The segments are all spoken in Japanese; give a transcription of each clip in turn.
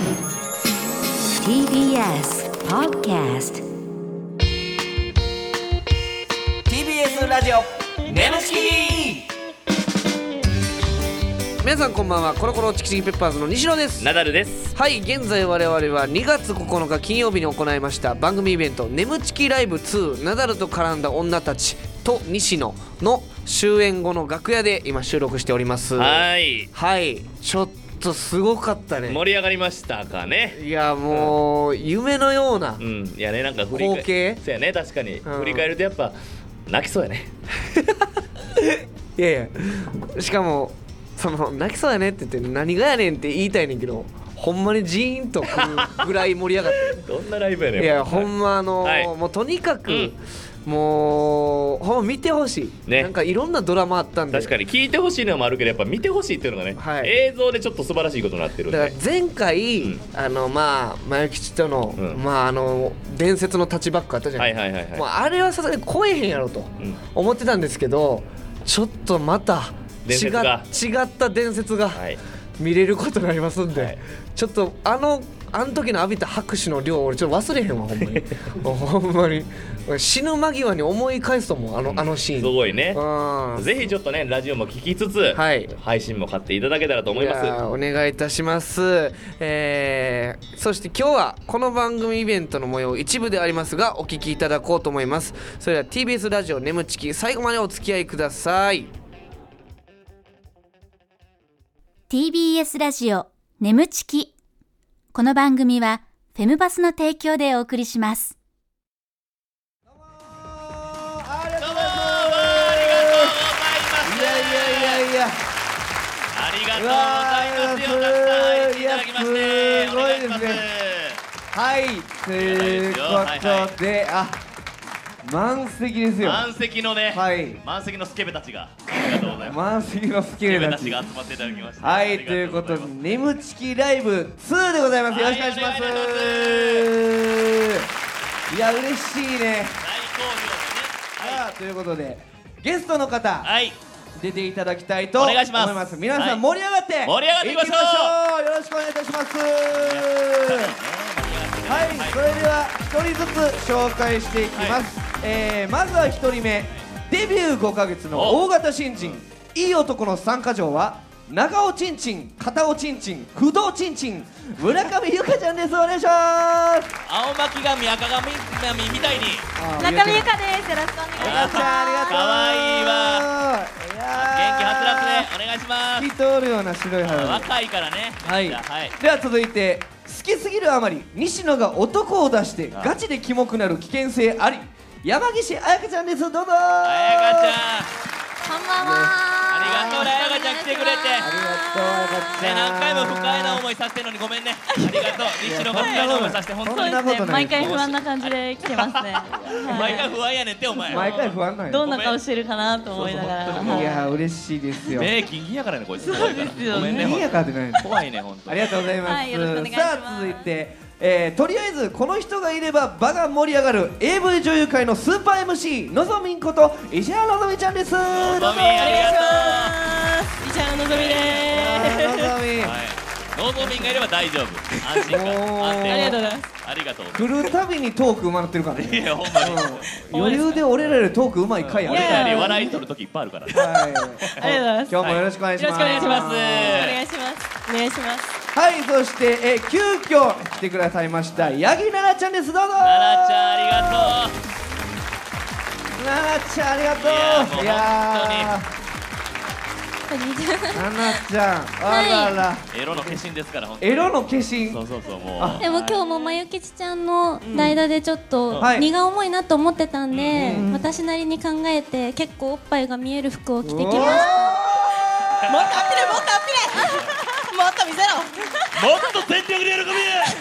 TBS Podcast TBS ラジオネムチキ。 皆さんこんばんは。コロコロチキチキペッパーズの西野です。 ナダルです。 はい、現在我々は2月9日金曜日に行いました番組イベントネムチキライブ2ナダルと絡んだ女たちと西野の終演後の楽屋で今収録しております。 はい、 ちょっとすごかったね。 盛り上がりましたかね。 いやもう、夢のような、 いやね、なんか光景。 そうやね、確かに、振り返るとやっぱ泣きそうやね。 いやいや、しかもその泣きそうやねって言って何がやねんって言いたいねんけど、ほんまにジーンとくるぐらい盛り上がってる。 どんなライブやねん。 いやほんまはい、 もうとにかく、もうほんま見てほしい、ね、なんかいろんなドラマあったんで。 確かに聞いてほしいのもあるけどやっぱ見てほしいっていうのがね、 はい、 映像でちょっと素晴らしいことになってるんで。 だから前回、まあマヨ吉との、伝説のタッチバックあったじゃないですか。もうあれはさすがに超えへんやろと思ってたんですけど、ちょっとまた違った伝説が見れることになりますんで、ちょっとあの時の浴びた拍手の量俺ちょっと忘れへんわほんまに。ほんまに死ぬ間際に思い返すと思う、あのシーン。 すごいね。ぜひちょっとねラジオも聞きつつ、配信も買っていただけたらと思います。 お願いいたします。そして今日はこの番組イベントの模様一部でありますがお聞きいただこうと思います。それでは TBS ラジオネムチキ最後までお付き合いください。 TBS ラジオネムチキ。この番組はフェムバスの提供でお送りします。 ありがとうございます。よかった入っていただきまして、 すごいですね。はい、ということで、満席ですよ。 満席のね、満席のスケベたちが、ありがとうございます。 満席のスケベたちが集まっていただきました。 はい、ということでネムチキライブ2でございます。よろしくお願いします。いや嬉しいね。大好評でね。さあということでゲストの方、出ていただきたいと思います。皆さん盛り上がっていきましょう。よろしくお願いいたします。はい、それでは一人ずつ紹介していきます。まずは一人目、デビュー5ヶ月の大型新人、いい男の参加条は長尾ちんちん、片尾ちんちん、不動ちんちん、村上ゆかちゃんです。お願いします。 青巻紙赤紙みたいに村上ゆかです。よろしくお願いします。 ありがとう。 かわいいわ。元気はつらつね、お願いします。 透き通るような白い肌。 若いからね。 では続いて、好きすぎるあまり西野が男を出してガチでキモくなる危険性あり、山岸彩香ちゃんです。どうぞ。 彩香ちゃん、 こんばんは。 ありがとうね、彩香ちゃん来てくれて。 ありがとう彩香ちゃん。 何回も不快な思いさせてるのにごめんね。ありがとう。西野が不快な思いさせて本当に。 毎回不安な感じで来てますね。 毎回不安やねんってお前。 毎回不安なんや。 どんな顔してるかなと思いながら。 いや嬉しいですよ。 目キンキンやからねこいつ。 そうですよね。 ごめんね。 キンキンやからってない。 怖いね本当。 ありがとうございます。 よろしくお願いします。 さあ続いて。とりあえずこの人がいれば場が盛り上がる AV 女優界のスーパー MC のぞみんこと石原のぞみちゃんです。のぞみありがとう。 石原のぞみです。 のぞみ。 のぞみんがいれば大丈夫。安心感。 ありがとうございます。 ありがとう。 来るたびにトーク埋まってるからね。 いやほんまに。 余裕で俺らよりトークうまい回やね。 俺らより笑い取る時いっぱいあるから。 はい。 ありがとうございます。 今日もよろしくお願いします。 よろしくお願いします。お願いします。お願いします。 はい、そして急遽来てくださいました八木奈々ちゃんです。どうぞ。 奈々ちゃんありがとう。 奈々ちゃんありがとう。いや奈々ちゃん、あらら。 エロの化身ですから本当に。 エロの化身。 そうそうそうもう。 でも今日もまゆきちちゃんの代打でちょっと荷が重いなと思ってたんで、私なりに考えて結構おっぱいが見える服を着てきました。もっとアピレもっとアピレもっと見せろ。 もっと全力で喜び。でっかい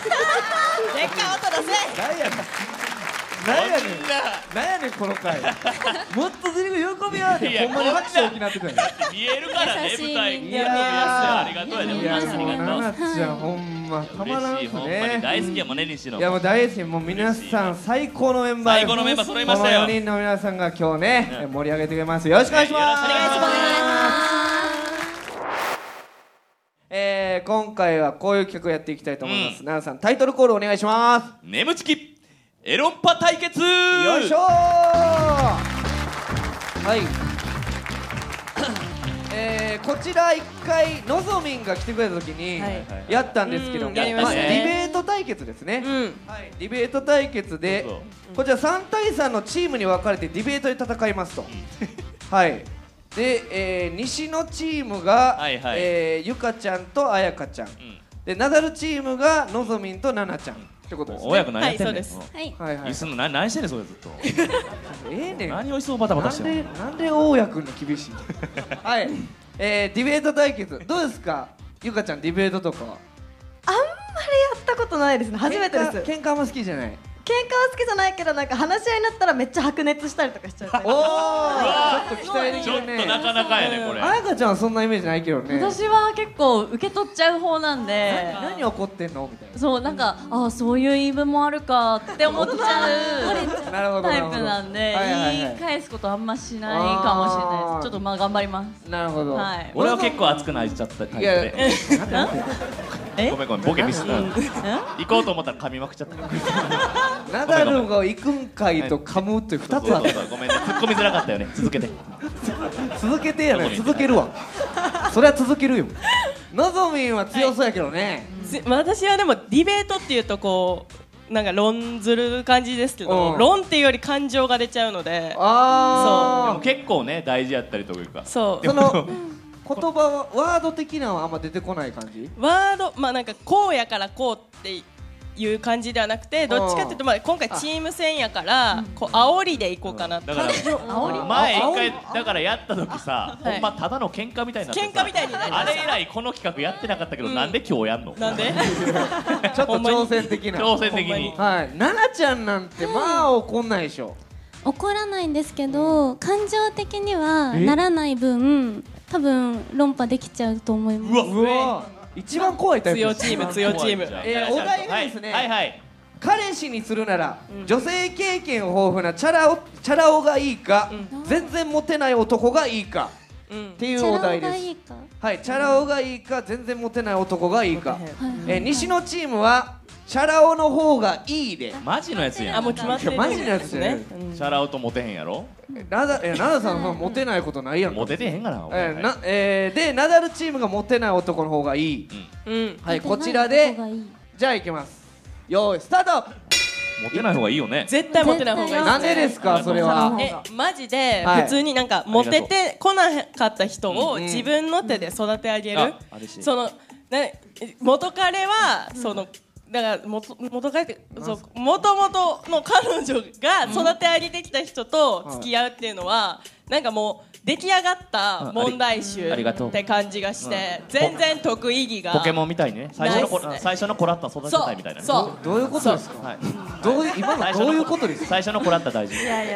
音出せ。 なんやねんこの回。もっと全力喜びやってほんまに拍手大きなってくる。 見えるからね舞台。 いやありがとうやで。 いやもう奈々ちゃんほんまたまらんすね。 ほんまに大好きやもんね西野。 いやもう大好き。もう皆さん最高のメンバー。 最高のメンバー揃いましたよ。 この4人の皆さんが今日ね盛り上げてくれます。よろしくお願いします。 よろしくお願いします。 今回はこういう企画をやっていきたいと思います。奈々さんタイトルコールお願いします。 眠ちきエロンパ対決。よいしょー。はいこちら一回のぞみんが来てくれた時にやったんですけども、ディベート対決ですね。ディベート対決でこちら3対3のチームに分かれてディベートで戦いますと。はいで、西のチームがゆかちゃんとあやかちゃんで、ナダルチームがのぞみんとななちゃんってことですね。 親子何やってんねん。 はいすんの何してんねんそれずっと。 ねん何をいそうバタバタしてる。 なんで大家君に厳しいの。はいディベート対決どうですかゆかちゃん。ディベートとかあんまりやったことないですね。初めてです。 喧嘩あんま好きじゃない。 喧嘩は好きじゃないけど、なんか話し合いになったらめっちゃ白熱したりとかしちゃう。 おお、ちょっと期待できるね。 ちょっとなかなかやねこれ。 あやかちゃんはそんなイメージないけどね。 私は結構受け取っちゃう方なんで。 何怒ってんのみたいな。 そうなんかそういう言い分もあるかって思っちゃうタイプなんで、言い返すことあんましないかもしれないです。ちょっとまあ頑張ります。 なるほど。 俺は結構熱くなっちゃったタイプで。ごめんボケミスった。行こうと思ったら噛みまくっちゃった。 ナダルが行くんかいと噛むって2つあった。 ごめんね、突っ込みづらかったよね。続けて続けてやね。続けるわ。それは続けるよ。のぞみんは強そうやけどね。 私はでもディベートっていうとこうなんか論ずる感じですけど、論っていうより感情が出ちゃうので、 そう結構ね大事やったりというか、 そうその言葉はワード的なのはあんま出てこない感じ。 ワードまあなんかこうやからこうっていう感じではなくて、どっちかっていうとまあ今回チーム戦やからこう煽りでいこうかなって。 だから前一回だからやった時さ、ほんまただの喧嘩みたいになってさ、 喧嘩みたいになりました。 あれ以来この企画やってなかったけど、なんで今日やんの。 なんでちょっと挑戦的な。 挑戦的に。 はい、ななちゃんなんてまあ怒んないでしょ。 怒らないんですけど、感情的にはならない分多分論破できちゃうと思います。 うわ一番怖いタイプ。 強チーム強チーム。 お題がですね、彼氏にするなら女性経験豊富なチャラ男がいいか、全然モテない男がいいかっていうお題です。はい、チャラ男がいいか全然モテない男がいいか。西のチームはチャラ男の方がいいで。 マジのやつやん。 あ、もう決まってる。 マジのやつね。 チャラ男とモテへんやろ。 ナダさんモテないことないやん。 モテてへんがな。 でナダルチームがモテない男の方がいい。はい、こちらでじゃあいきます。よーいスタート。 モテない方がいいよね。 絶対モテない方がいい。 なんでですかそれは。 マジで普通になんかモテてこなかった人を自分の手で育て上げる。その元彼はそのだから元彼って元々の彼女が育て上げてきた人と付き合うっていうのはなんかもう出来上がった問題集って感じがして全然得意義がポケモンみたいにね、最初の子らった育てたいみたいな。 そうどういうことですか。今のどういうことですか。 最初の子らった大事。 いや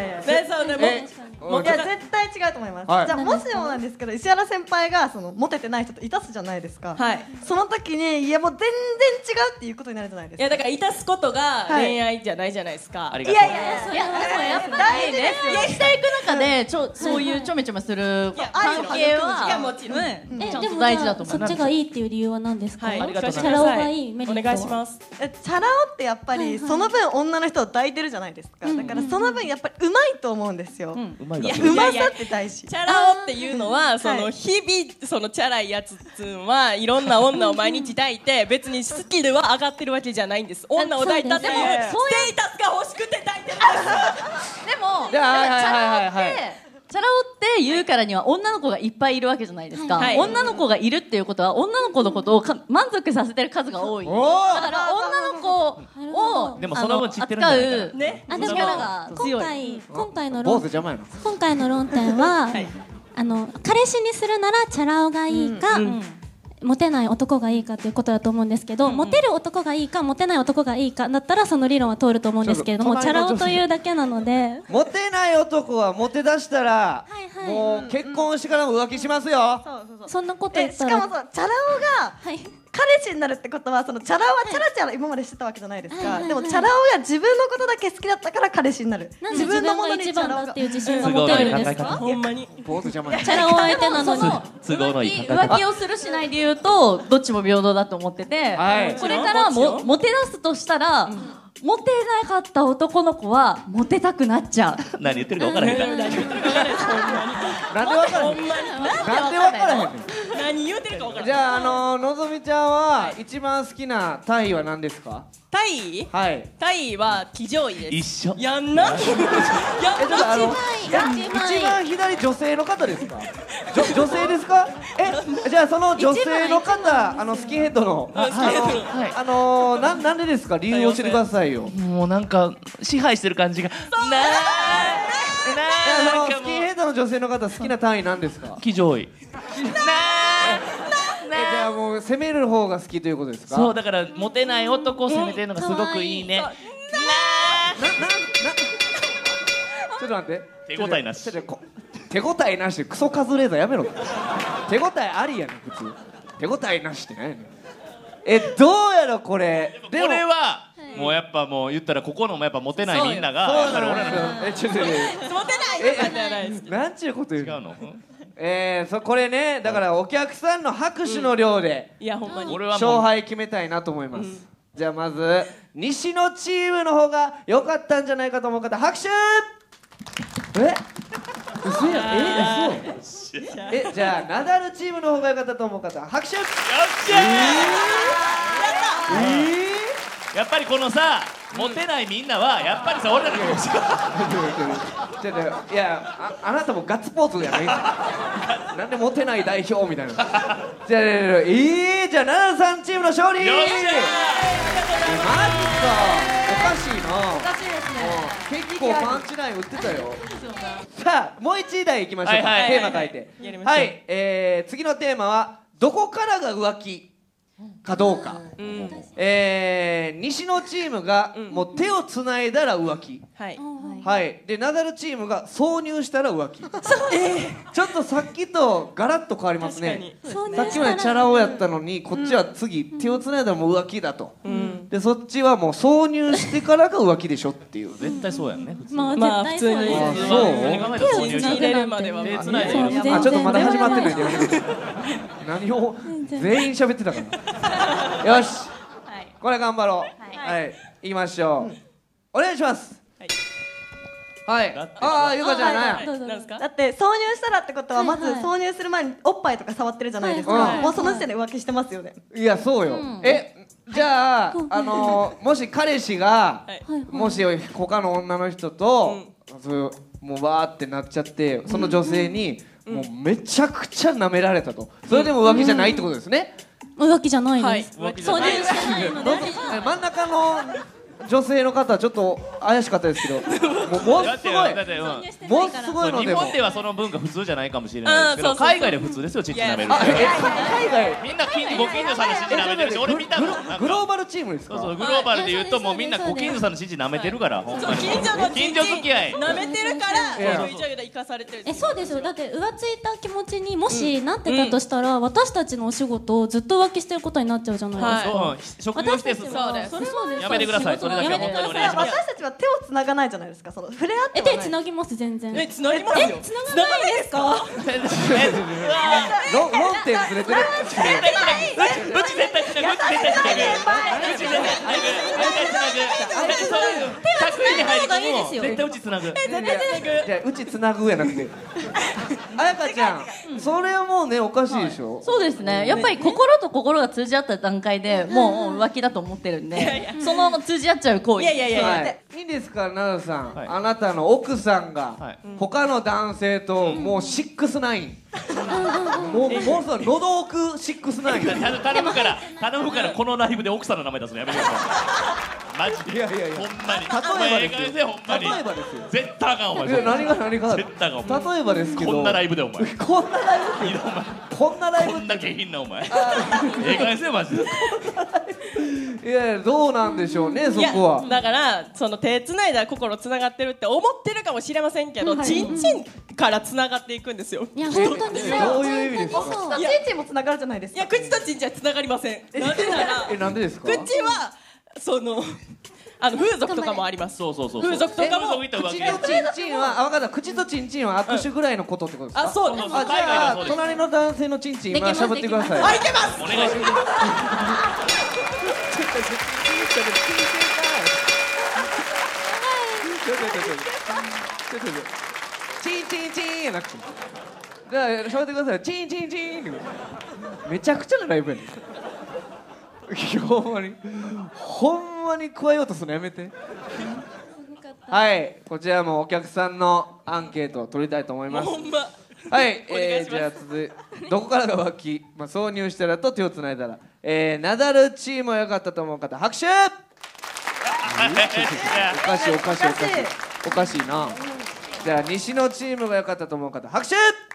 絶対違うと思います。じゃあもしもなんですけど、石原先輩がそのモテてない人といたすじゃないですか。その時にいやもう全然違うっていうことになるじゃないですか。 いやだからいたすことが恋愛じゃないじゃないですか。 いやでもやっぱり生きていく中でそういうちょめちょめする関係はもちろんちゃんと大事だと思います。 そっちがいいっていう理由は何ですか。チャラ男がいいメリットは。 お願いします。 チャラ男ってやっぱりその分女の人を抱いてるじゃないですか。だからその分やっぱりうまいと思うんですよ。うまさって大事。 チャラ男っていうのはその日々そのチャラいやつっつんはいろんな女を毎日抱いて別にスキルは上がってるわけじゃないんです。女を抱いたっていうステータスが欲しくて抱いてるんです。 でもチャラ男って言うからには女の子がいっぱいいるわけじゃないですか。女の子がいるっていうことは女の子のことを満足させてる数が多い。だから女の子をでもその分散ってるんじゃないかな。 力が強い。今回の論点は彼氏にするならチャラ男がいいかモテない男がいいかということだと思うんですけど、モテる男がいいかモテない男がいいかだったらその理論は通ると思うんですけれども、チャラ男というだけなので。 モテない男はモテ出したらもう結婚してからも浮気しますよ。 そんなこと言ったらしかもチャラ男が彼氏になるってことはそのチャラ男はチャラチャラ今までしてたわけじゃないですか。でもチャラ男が自分のことだけ好きだったから彼氏になる。 自分のものにチャラ男がっていう自信が持てるんですか？ ほんまにチャラ男相手なのに浮気をするしないで言うとどっちも平等だと思ってて、これからモテ出すとしたらモテなかった男の子はモテたくなっちゃう。 何言ってるか分からへんから。 なんで分からへん。なんで分からへん。 何言うてるか分からへん。 じゃあのぞみちゃんは一番好きなタイは何ですか？ タイ？ はい。 タイは騎乗位です。 一緒。 やんな。 一番左女性の方ですか？女性ですか？じゃあその女性の方スキンヘッドのなんでですか？理由を教えてくださいよ。 もうなんか支配してる感じが。 スキンヘッドの女性の方好きな単位なんですか？ 騎乗位。 じゃあもう攻める方が好きということですか？ そうだからモテない男を攻めてるのがすごくいいね。 ちょっと待って。 手応えなし。 手応えなしでクソカズレーザーやめろ。手応えありやねん普通。手応えなしって何やねん。どうやろこれ。 でもこれはもうやっぱもう言ったらここのもやっぱモテないみんながやっぱり俺らのモテないとかじゃないです。 なんちゅうこと言うの？ 違うの？ これねだからお客さんの拍手の量でいやほんまに勝敗決めたいなと思います。じゃあまず西のチームの方が良かったんじゃないかと思う方拍手。嘘や嘘。じゃあナダルチームの方が良かったと思う方拍手。よっしゃやっぱりこのさモテないみんなはやっぱりさ俺らの気持ちいやあなたもガッツポーズやないなんでモテない代表みたいな。じゃあじゃあナダルさんチームの勝利。よっしゃマジかおかしいな。 おかしいですね。 結構パンチライン打ってたよ。さあもう1題いきましょうか。テーマ書いて。はい、次のテーマはどこからが浮気かどうか。西のチームがもう手をつないだら浮気。はい。でナダルチームが挿入したら浮気。ちょっとさっきとガラッと変わりますね。さっきまでチャラ男やったのにこっちは次手をつないだらもう浮気だと。でそっちはもう挿入してからが浮気でしょっていう。 絶対そうやんね。 まあ普通に。 そう。 手をつなげるまでは手つないで。 ちょっとまだ始まってないんでやめて。何を全員喋ってたから。よし。これ頑張ろう。はい。行きましょう。お願いします。はい。ゆかちゃんなんですか？だって挿入したらってことはまず挿入する前におっぱいとか触ってるじゃないですか。もうその時点で浮気してますよね。 いやそうよ。じゃあもし彼氏がもし他の女の人ともうわーってなっちゃってその女性にもうめちゃくちゃ舐められたと。それでも浮気じゃないってことですね。 浮気じゃないです。 挿入してないので。 真ん中の女性の方ちょっと怪しかったですけどもうすごいのでも日本ではその文化普通じゃないかもしれないですけど海外で普通ですよチッチ舐める。 海外みんなご近所さんのチッチ舐めてるし俺見たもん。 グローバルチームですか？ そうグローバルで言うともうみんなご近所さんのチッチ舐めてるから近所付き合い舐めてるからそういうジャグで生かされてる。 そうですよ。だって浮ついた気持ちにもしなってたとしたら私たちのお仕事をずっと浮気してることになっちゃうじゃないですか。 職業否定する。やめてください。それだけは本当にお願いします。 私たちは手をつながないじゃないですか。その触れ合って手つなぎます全然。 つなぎますよ。 つながないですか？ 論点ずれてる。 うち絶対つなぐ。絶対うちつなぐ。 うちつなぐやなくて。あやかちゃん、それはもうねおかしいでしょ。 そうですね。やっぱり心と心が通じ合った段階でもう浮気だと思ってるんで、その通じ合っちゃう行為。 いいんですかナダルさん。あなたの奥さんが他の男性ともう6ix9ine。もうその喉奥6ix9ine。 頼むからこのライブで奥さんの名前出すのやめてください。マジで。ほんまに。 例えばですよ。 絶対あかんお前。 何が絶対あかんお前。 例えばですけど。 こんなライブでお前。 こんなライブで。 こんなライブこんだけいんなお前。ええ加減せよマジで。 いやどうなんでしょうね、そこは。 だからその手つないだら心つながってるって思ってるかもしれませんけど、チンチンからつながっていくんですよ。 いや本当にそう。 どういう意味ですか。 チンチンもつながるじゃないですか。 いや口とチンチンはつながりません。なぜならなんでですか。 口はその風俗とかもあります。 そうそうそう。 風俗とかも。 口とチンチンは分かった。口とチンチンは握手ぐらいのことってことですか。 あ、そうです。 じゃあ隣の男性のチンチン今しゃぶってください。 あ、いけます。 お願いします。 チンチンチンやなくて。じゃあしゃべってください。チンチンチン。めちゃくちゃなライブやねん。ほんまに加えようとするのやめて。はい、こちらもお客さんのアンケートを取りたいと思います。 ほんま。 はい、じゃあ続いてどこからが脇、挿入したらと手をつないだら、ナダルチームが良かったと思う方拍手。おかしいおかしいおかしいおかしいな。じゃあ西のチームが良かったと思う方拍手。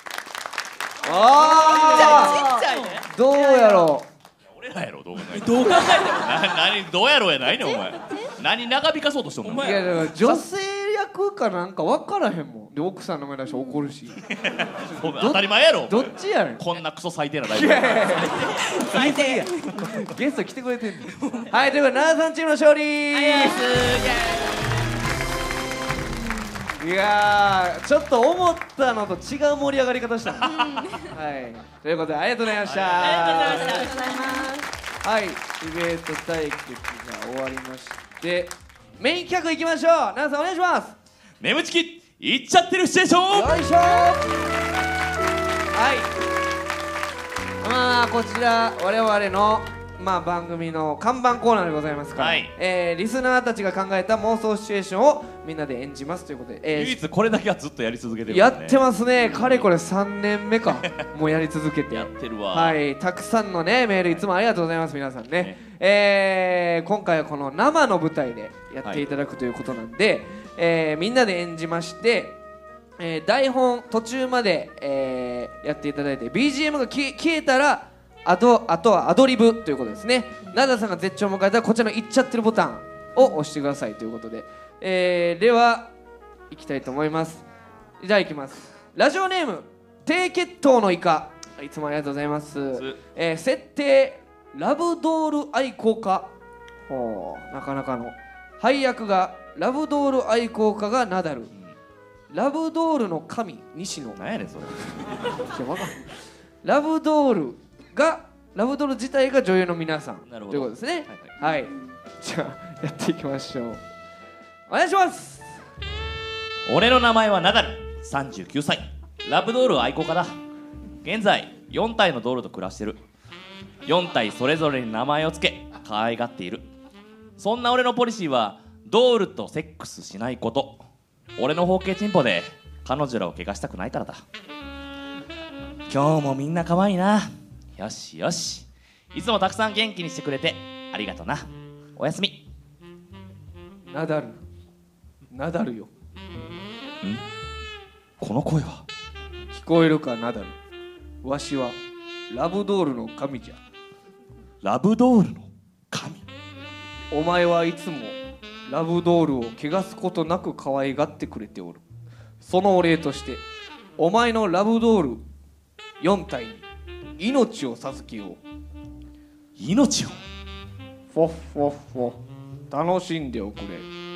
あちっちゃいね。 どうやろう。 俺らやろ、どう考えても。どう考えても。何どうやろうやないねんお前。何長引かそうとしてんの。 いやだから女性役かなんか分からへんもん。で奥さんの前出して怒るし。 当たり前やろ。 どっちやねん。 こんなクソ最低なライブ。 最低や。ゲスト来てくれてんの。はいということで奈良さんチームの勝利。いやちょっと思ったのと違う盛り上がり方した。はいということでありがとうございました。 ありがとうございます。 はいディベート対決が終わりましてメイン企画いきましょう。奈良さんお願いします。 眠ちきいっちゃってるシチュエーション。 よいしょ。はいこちら我々の番組の看板コーナーでございますから、リスナーたちが考えた妄想シチュエーションをみんなで演じますということで、 唯一これだけはずっとやり続けてる、 やってますね。かれこれ3年目かもうやり続けてやってるわ。 はいたくさんのねメールいつもありがとうございます皆さんね。今回はこの生の舞台でやっていただくということなんで、みんなで演じまして、台本途中まで、やっていただいて BGM が消えたらあとはアドリブということですね。ナダさんが絶頂を迎えたらこちらの「いっちゃってる」ボタンを押してくださいということで、ではいきたいと思います。じゃあいきます。ラジオネーム低血糖のイカ、いつもありがとうございます。設定ラブドール愛好家、なかなかの配役がラブドール愛好家がナダル、ラブドールの神西野。 何やねんそれ。 ラブドール自体が女優の皆さんということですね。はい、じゃあやっていきましょう。お願いします。 俺の名前はナダル、39歳、ラブドール愛好家だ。現在4体のドールと暮らしてる。4体それぞれに名前を付け可愛がっている。そんな俺のポリシーはドールとセックスしないこと。俺の包茎チンポで彼女らを怪我したくないからだ。今日もみんな可愛いな。よしよし、いつもたくさん元気にしてくれてありがとな。おやすみ。 ナダルよ。 この声は。 聞こえるかナダル、わしはラブドールの神じゃ。 ラブドールの神。 お前はいつもラブドールを汚すことなく可愛がってくれておる。そのお礼としてお前のラブドール4体に命を授けよう。 命を。 フォッフォッフォ、楽しんでおくれ。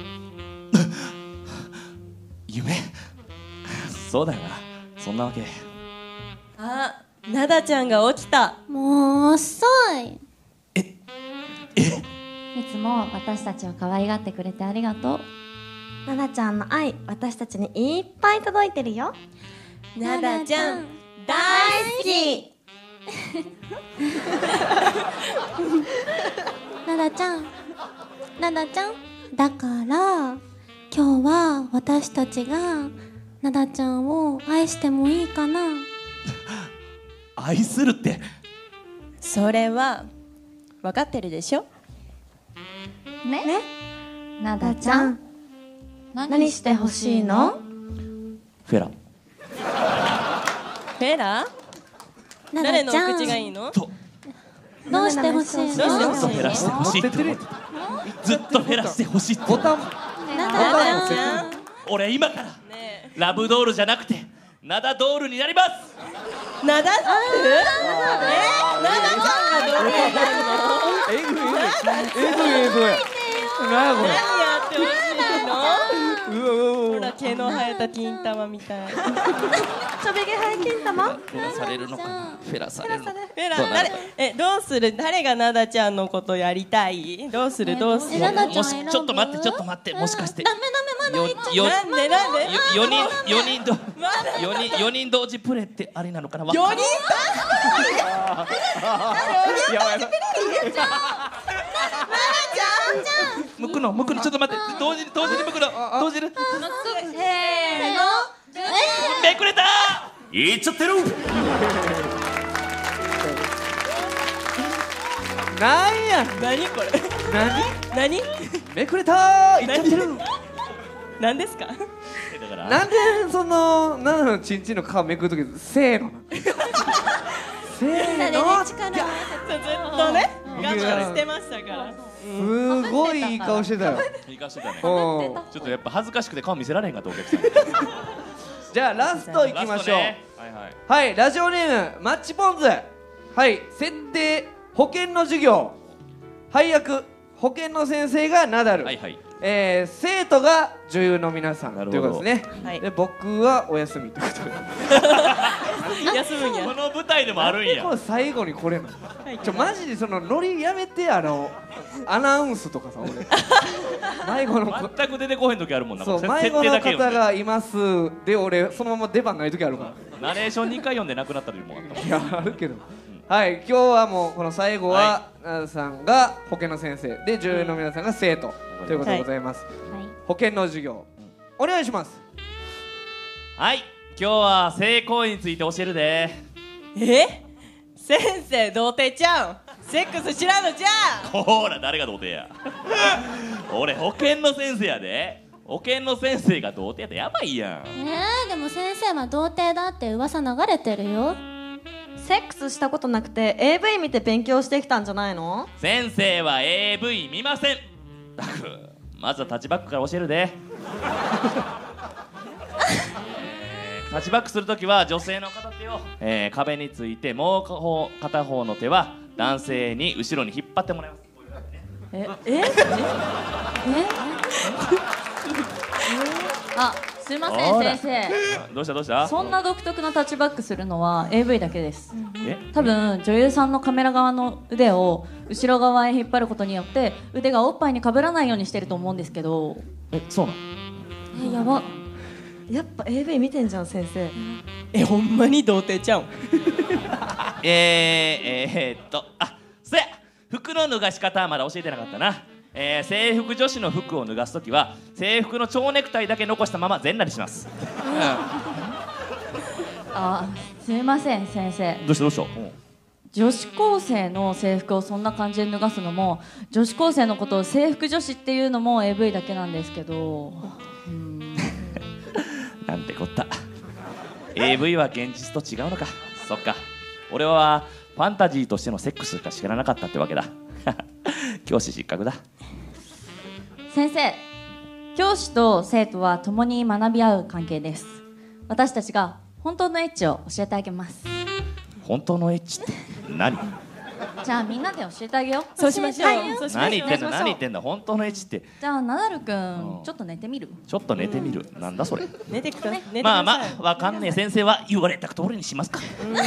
夢。そうだよな。そんなわけ。 あ、ナダちゃんが起きた。 もう遅い。 いつも私たちを可愛がってくれてありがとう。 ナダちゃんの愛、私たちにいっぱい届いてるよ。 ナダちゃん大好き。 ナダちゃんだから今日は私たちがナダちゃんを愛してもいいかな。 愛するって。 それは分かってるでしょ。 ね、ナダちゃん何してほしいの？ フェラ。 フェラ？ 誰のお口がいいの？ どうしてほしいの？ ずっと減らしてほしいって。ずっと減らしてほしいって。 ボタン。 俺今からラブドールじゃなくてナダドールになります。 ナダドール？ナダちゃんがドールになるの？ えぐい。何やってほしいの？ほら毛の生えた金玉みたい。 ちょびげ生え金玉？ フェラされるのかな？フェラされるの？ フェラどうする？誰がナダちゃんのことやりたい？どうする？ もしちょっと待ってもしかしてダメまだ言っちゃう。 なんで 4人同時プレイってありなのかな？ 4人同時むくのちょっと待って同時にむくの同時にせーのめくれたーいっちゃってるなんや何これ何めくれたーいっちゃってる何ですか？ なんでそのナダのチンチンの皮めくるときせーのせーのずっとね我慢してましたからすごいいい顔してたよ。 いい顔してたね。ちょっとやっぱ恥ずかしくて顔見せられへんかったお客さん。 じゃあラストいきましょう。はい、ラジオネームマッチポンズ。はい、設定保険の授業。配役保険の先生がナダル。生徒が女優の皆さんということですね。で僕はお休みということで。 休むんや。 この舞台でもあるんや。 これ最後にこれな。マジでそのノリやめてアナウンスとかさ俺。迷子の全く出てこへん時あるもんな。 そう迷子の方がいますで俺そのまま出番ない時あるから。 ナレーション2回読んでなくなった時もあったもん。 いやあるけど。はい今日はもうこの最後はナダさんが保健の先生で女優の皆さんが生徒ということでございます。保健の授業お願いします。 はい今日は性行為について教えるで。 先生童貞ちゃんセックス知らんのじゃん。 ほら誰が童貞や俺保健の先生やで。保健の先生が童貞やってやばいやん。 でも先生は童貞だって噂流れてるよ。 セックスしたことなくて AV 見て勉強してきたんじゃないの？ 先生は AV 見ません。まずはタッチバックから教えるで。タッチバックするときは女性の片手を、壁についてもう片方の手は男性に後ろに引っ張ってもらいます。 すいません先生。 どうしたそんな独特なタッチバックするのは AV だけです。多分女優さんのカメラ側の腕を後ろ側へ引っ張ることによって腕がおっぱいにかぶらないようにしてると思うんですけど。 そうなの？ やば。 やっぱ AV 見てんじゃん先生。 ほんまに童貞ちゃうん？ そや服の脱がし方はまだ教えてなかったな。制服女子の服を脱がすときは制服の蝶ネクタイだけ残したまま全裸にします。 すいません先生。 どうした女子高生の制服をそんな感じで脱がすのも女子高生のことを制服女子っていうのも AV だけなんですけど。 なんてこった。 AV は現実と違うのか。そっか俺はファンタジーとしてのセックスしか知らなかったってわけだ。教師失格だ。 先生、教師と生徒は共に学び合う関係です。私たちが本当のエッチを教えてあげます。 本当のエッチって何？ じゃあみんなで教えてあげよう。 そうしましょう。 何言ってんだ本当のエッチって。 じゃあナダルくん、ちょっと寝てみる？ ちょっと寝てみる。なんだそれ。 寝てください。 まあわかんねえ先生は言われた通りにしますか。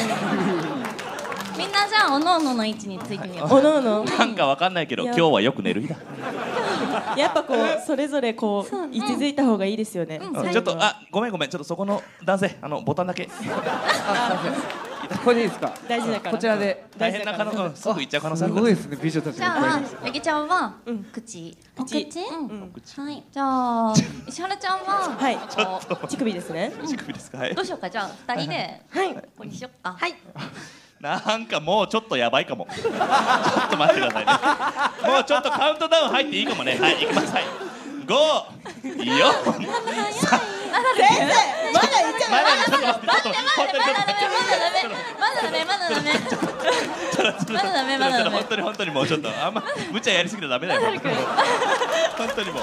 みんなじゃあおのおのの位置についてみよう。 おのおの。 なんかわかんないけど今日はよく寝る日だ。 やっぱこうそれぞれこう位置づいた方がいいですよね。 ちょっとごめんちょっとそこの男性ボタンだけ。 これでいいですか？ 大事だから。 こちらで。 大変な可能性すぐ行っちゃう可能性ある。 すごいですね美女たち。 じゃあヤギちゃんは口。 お口？はい。 じゃあ石原ちゃんは乳首ですね。 乳首ですか。 どうしようか。じゃあ2人でここにしよっか。はい。 なんかもうちょっとやばいかも。ちょっと待ってくださいね。もうちょっとカウントダウン入っていいかもね。はい、行きます。はい。5、4、3。 先生、まだ1 本当にもうちょっとあんま無茶やりすぎたらダメだよ。本当にもう。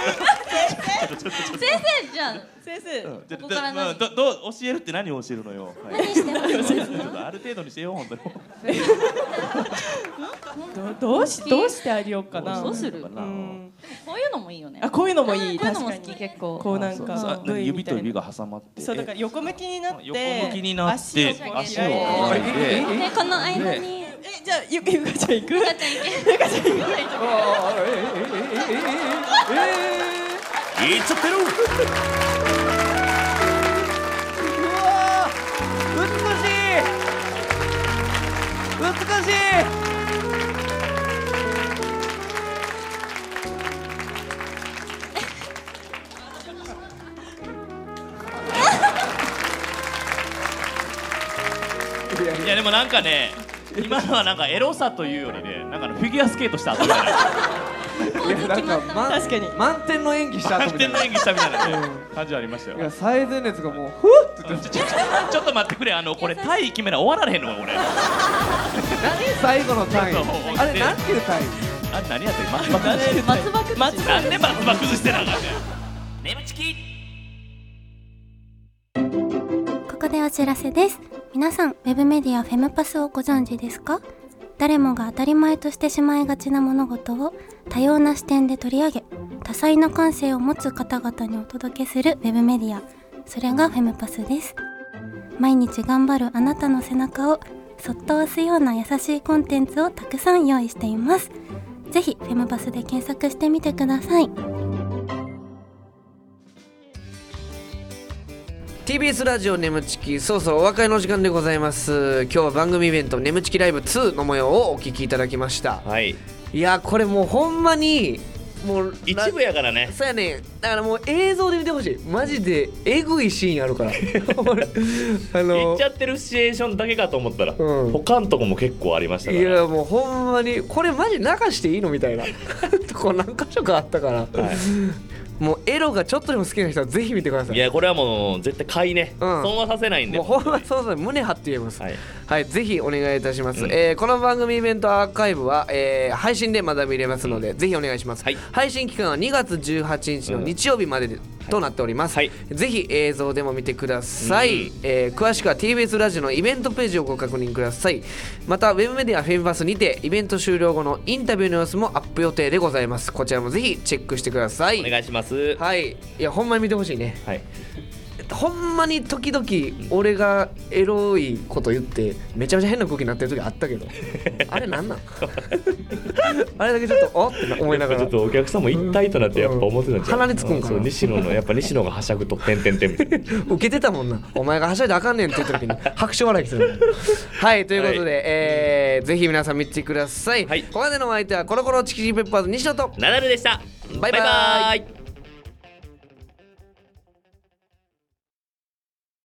先生じゃん。先生。 どう教えるって何を教えるのよ。 何してます？ ある程度にしてよ本当に。 どうしてあげようかな。 どうする？こういうのもいいよね。 こういうのもいい。 こういうのも好き結構。 こうなんか指と指が挟まって。 そうだから横向きになって足を上げて。 この間に。 じゃあゆかちゃん行く？ゆかちゃん行け。ゆかちゃん行く。 いっちゃってる。 うわー、美しい。 いやでもなんかね、今のはなんかエロさというよりね、なんかフィギュアスケートした後みたいな。 いやなんか確かに満点の演技した後みたいな。 満点の演技したみたいな感じはありましたよ。 いや最前列がもうふっってちょっと待ってくれ、これタイ決めな終わられへんのかこれ。 何最後の単位。あれなんていう単位？ あれ何やってん？松葉なんで松葉崩してなあかんねん。眠ちき。 ここでお知らせです。皆さんウェブメディアフェムパスをご存知ですか？誰もが当たり前としてしまいがちな物事を多様な視点で取り上げ、多彩な感性を持つ方々にお届けするウェブメディア、それがフェムパスです。毎日頑張るあなたの背中をそっと押すような優しいコンテンツをたくさん用意しています。ぜひフェムパスで検索してみてください。 TBS ラジオ眠ちき、そろそろお別れの時間でございます。今日は番組イベント眠ちきライブ2の模様をお聞きいただきました。 はい。 いやこれもうほんまにもう一部やからね。 そうやね。だからもう映像で見てほしい。マジでエグいシーンあるから言っちゃってるシチュエーションだけかと思ったら、他のとこも結構ありましたから。 いやもうほんまにこれマジ流していいのみたいなとこ何箇所かあったから、はい、もうエロがちょっとでも好きな人はぜひ見てください。 いやこれはもう絶対買いね、損はさせないんで、 もうほんまそう胸張って言えます。はい、はい、ぜひお願いいたします。この番組イベントアーカイブは、配信でまだ見れますので、ぜひお願いします。はい、配信期間は2月18日の日曜日までとなっております。はい、ぜひ映像でも見てください。詳しくは TBS ラジオのイベントページをご確認ください。またウェブメディアフェムパスにてイベント終了後のインタビューの様子もアップ予定でございます。こちらもぜひチェックしてください。 お願いします。 はい、いやほんまに見てほしいね。 はい、 ほんまに時々俺がエロいこと言ってめちゃめちゃ変な空気になってる時あったけどあれなんなんあれだけちょっとおって思いながら、 ちょっとお客さんも一体となってやっぱ思ってたんじゃん。 鼻につくんかな。 西野のやっぱ西野がはしゃぐとてんてんてんみたいな受けてたもんな。お前がはしゃいであかんねんって言った時に拍手笑いするはいということで、ぜひ皆さん見てください。はい、ここまでのお相手はコロコロチキチキペッパーズ西野とナダルでした。 バイバイ。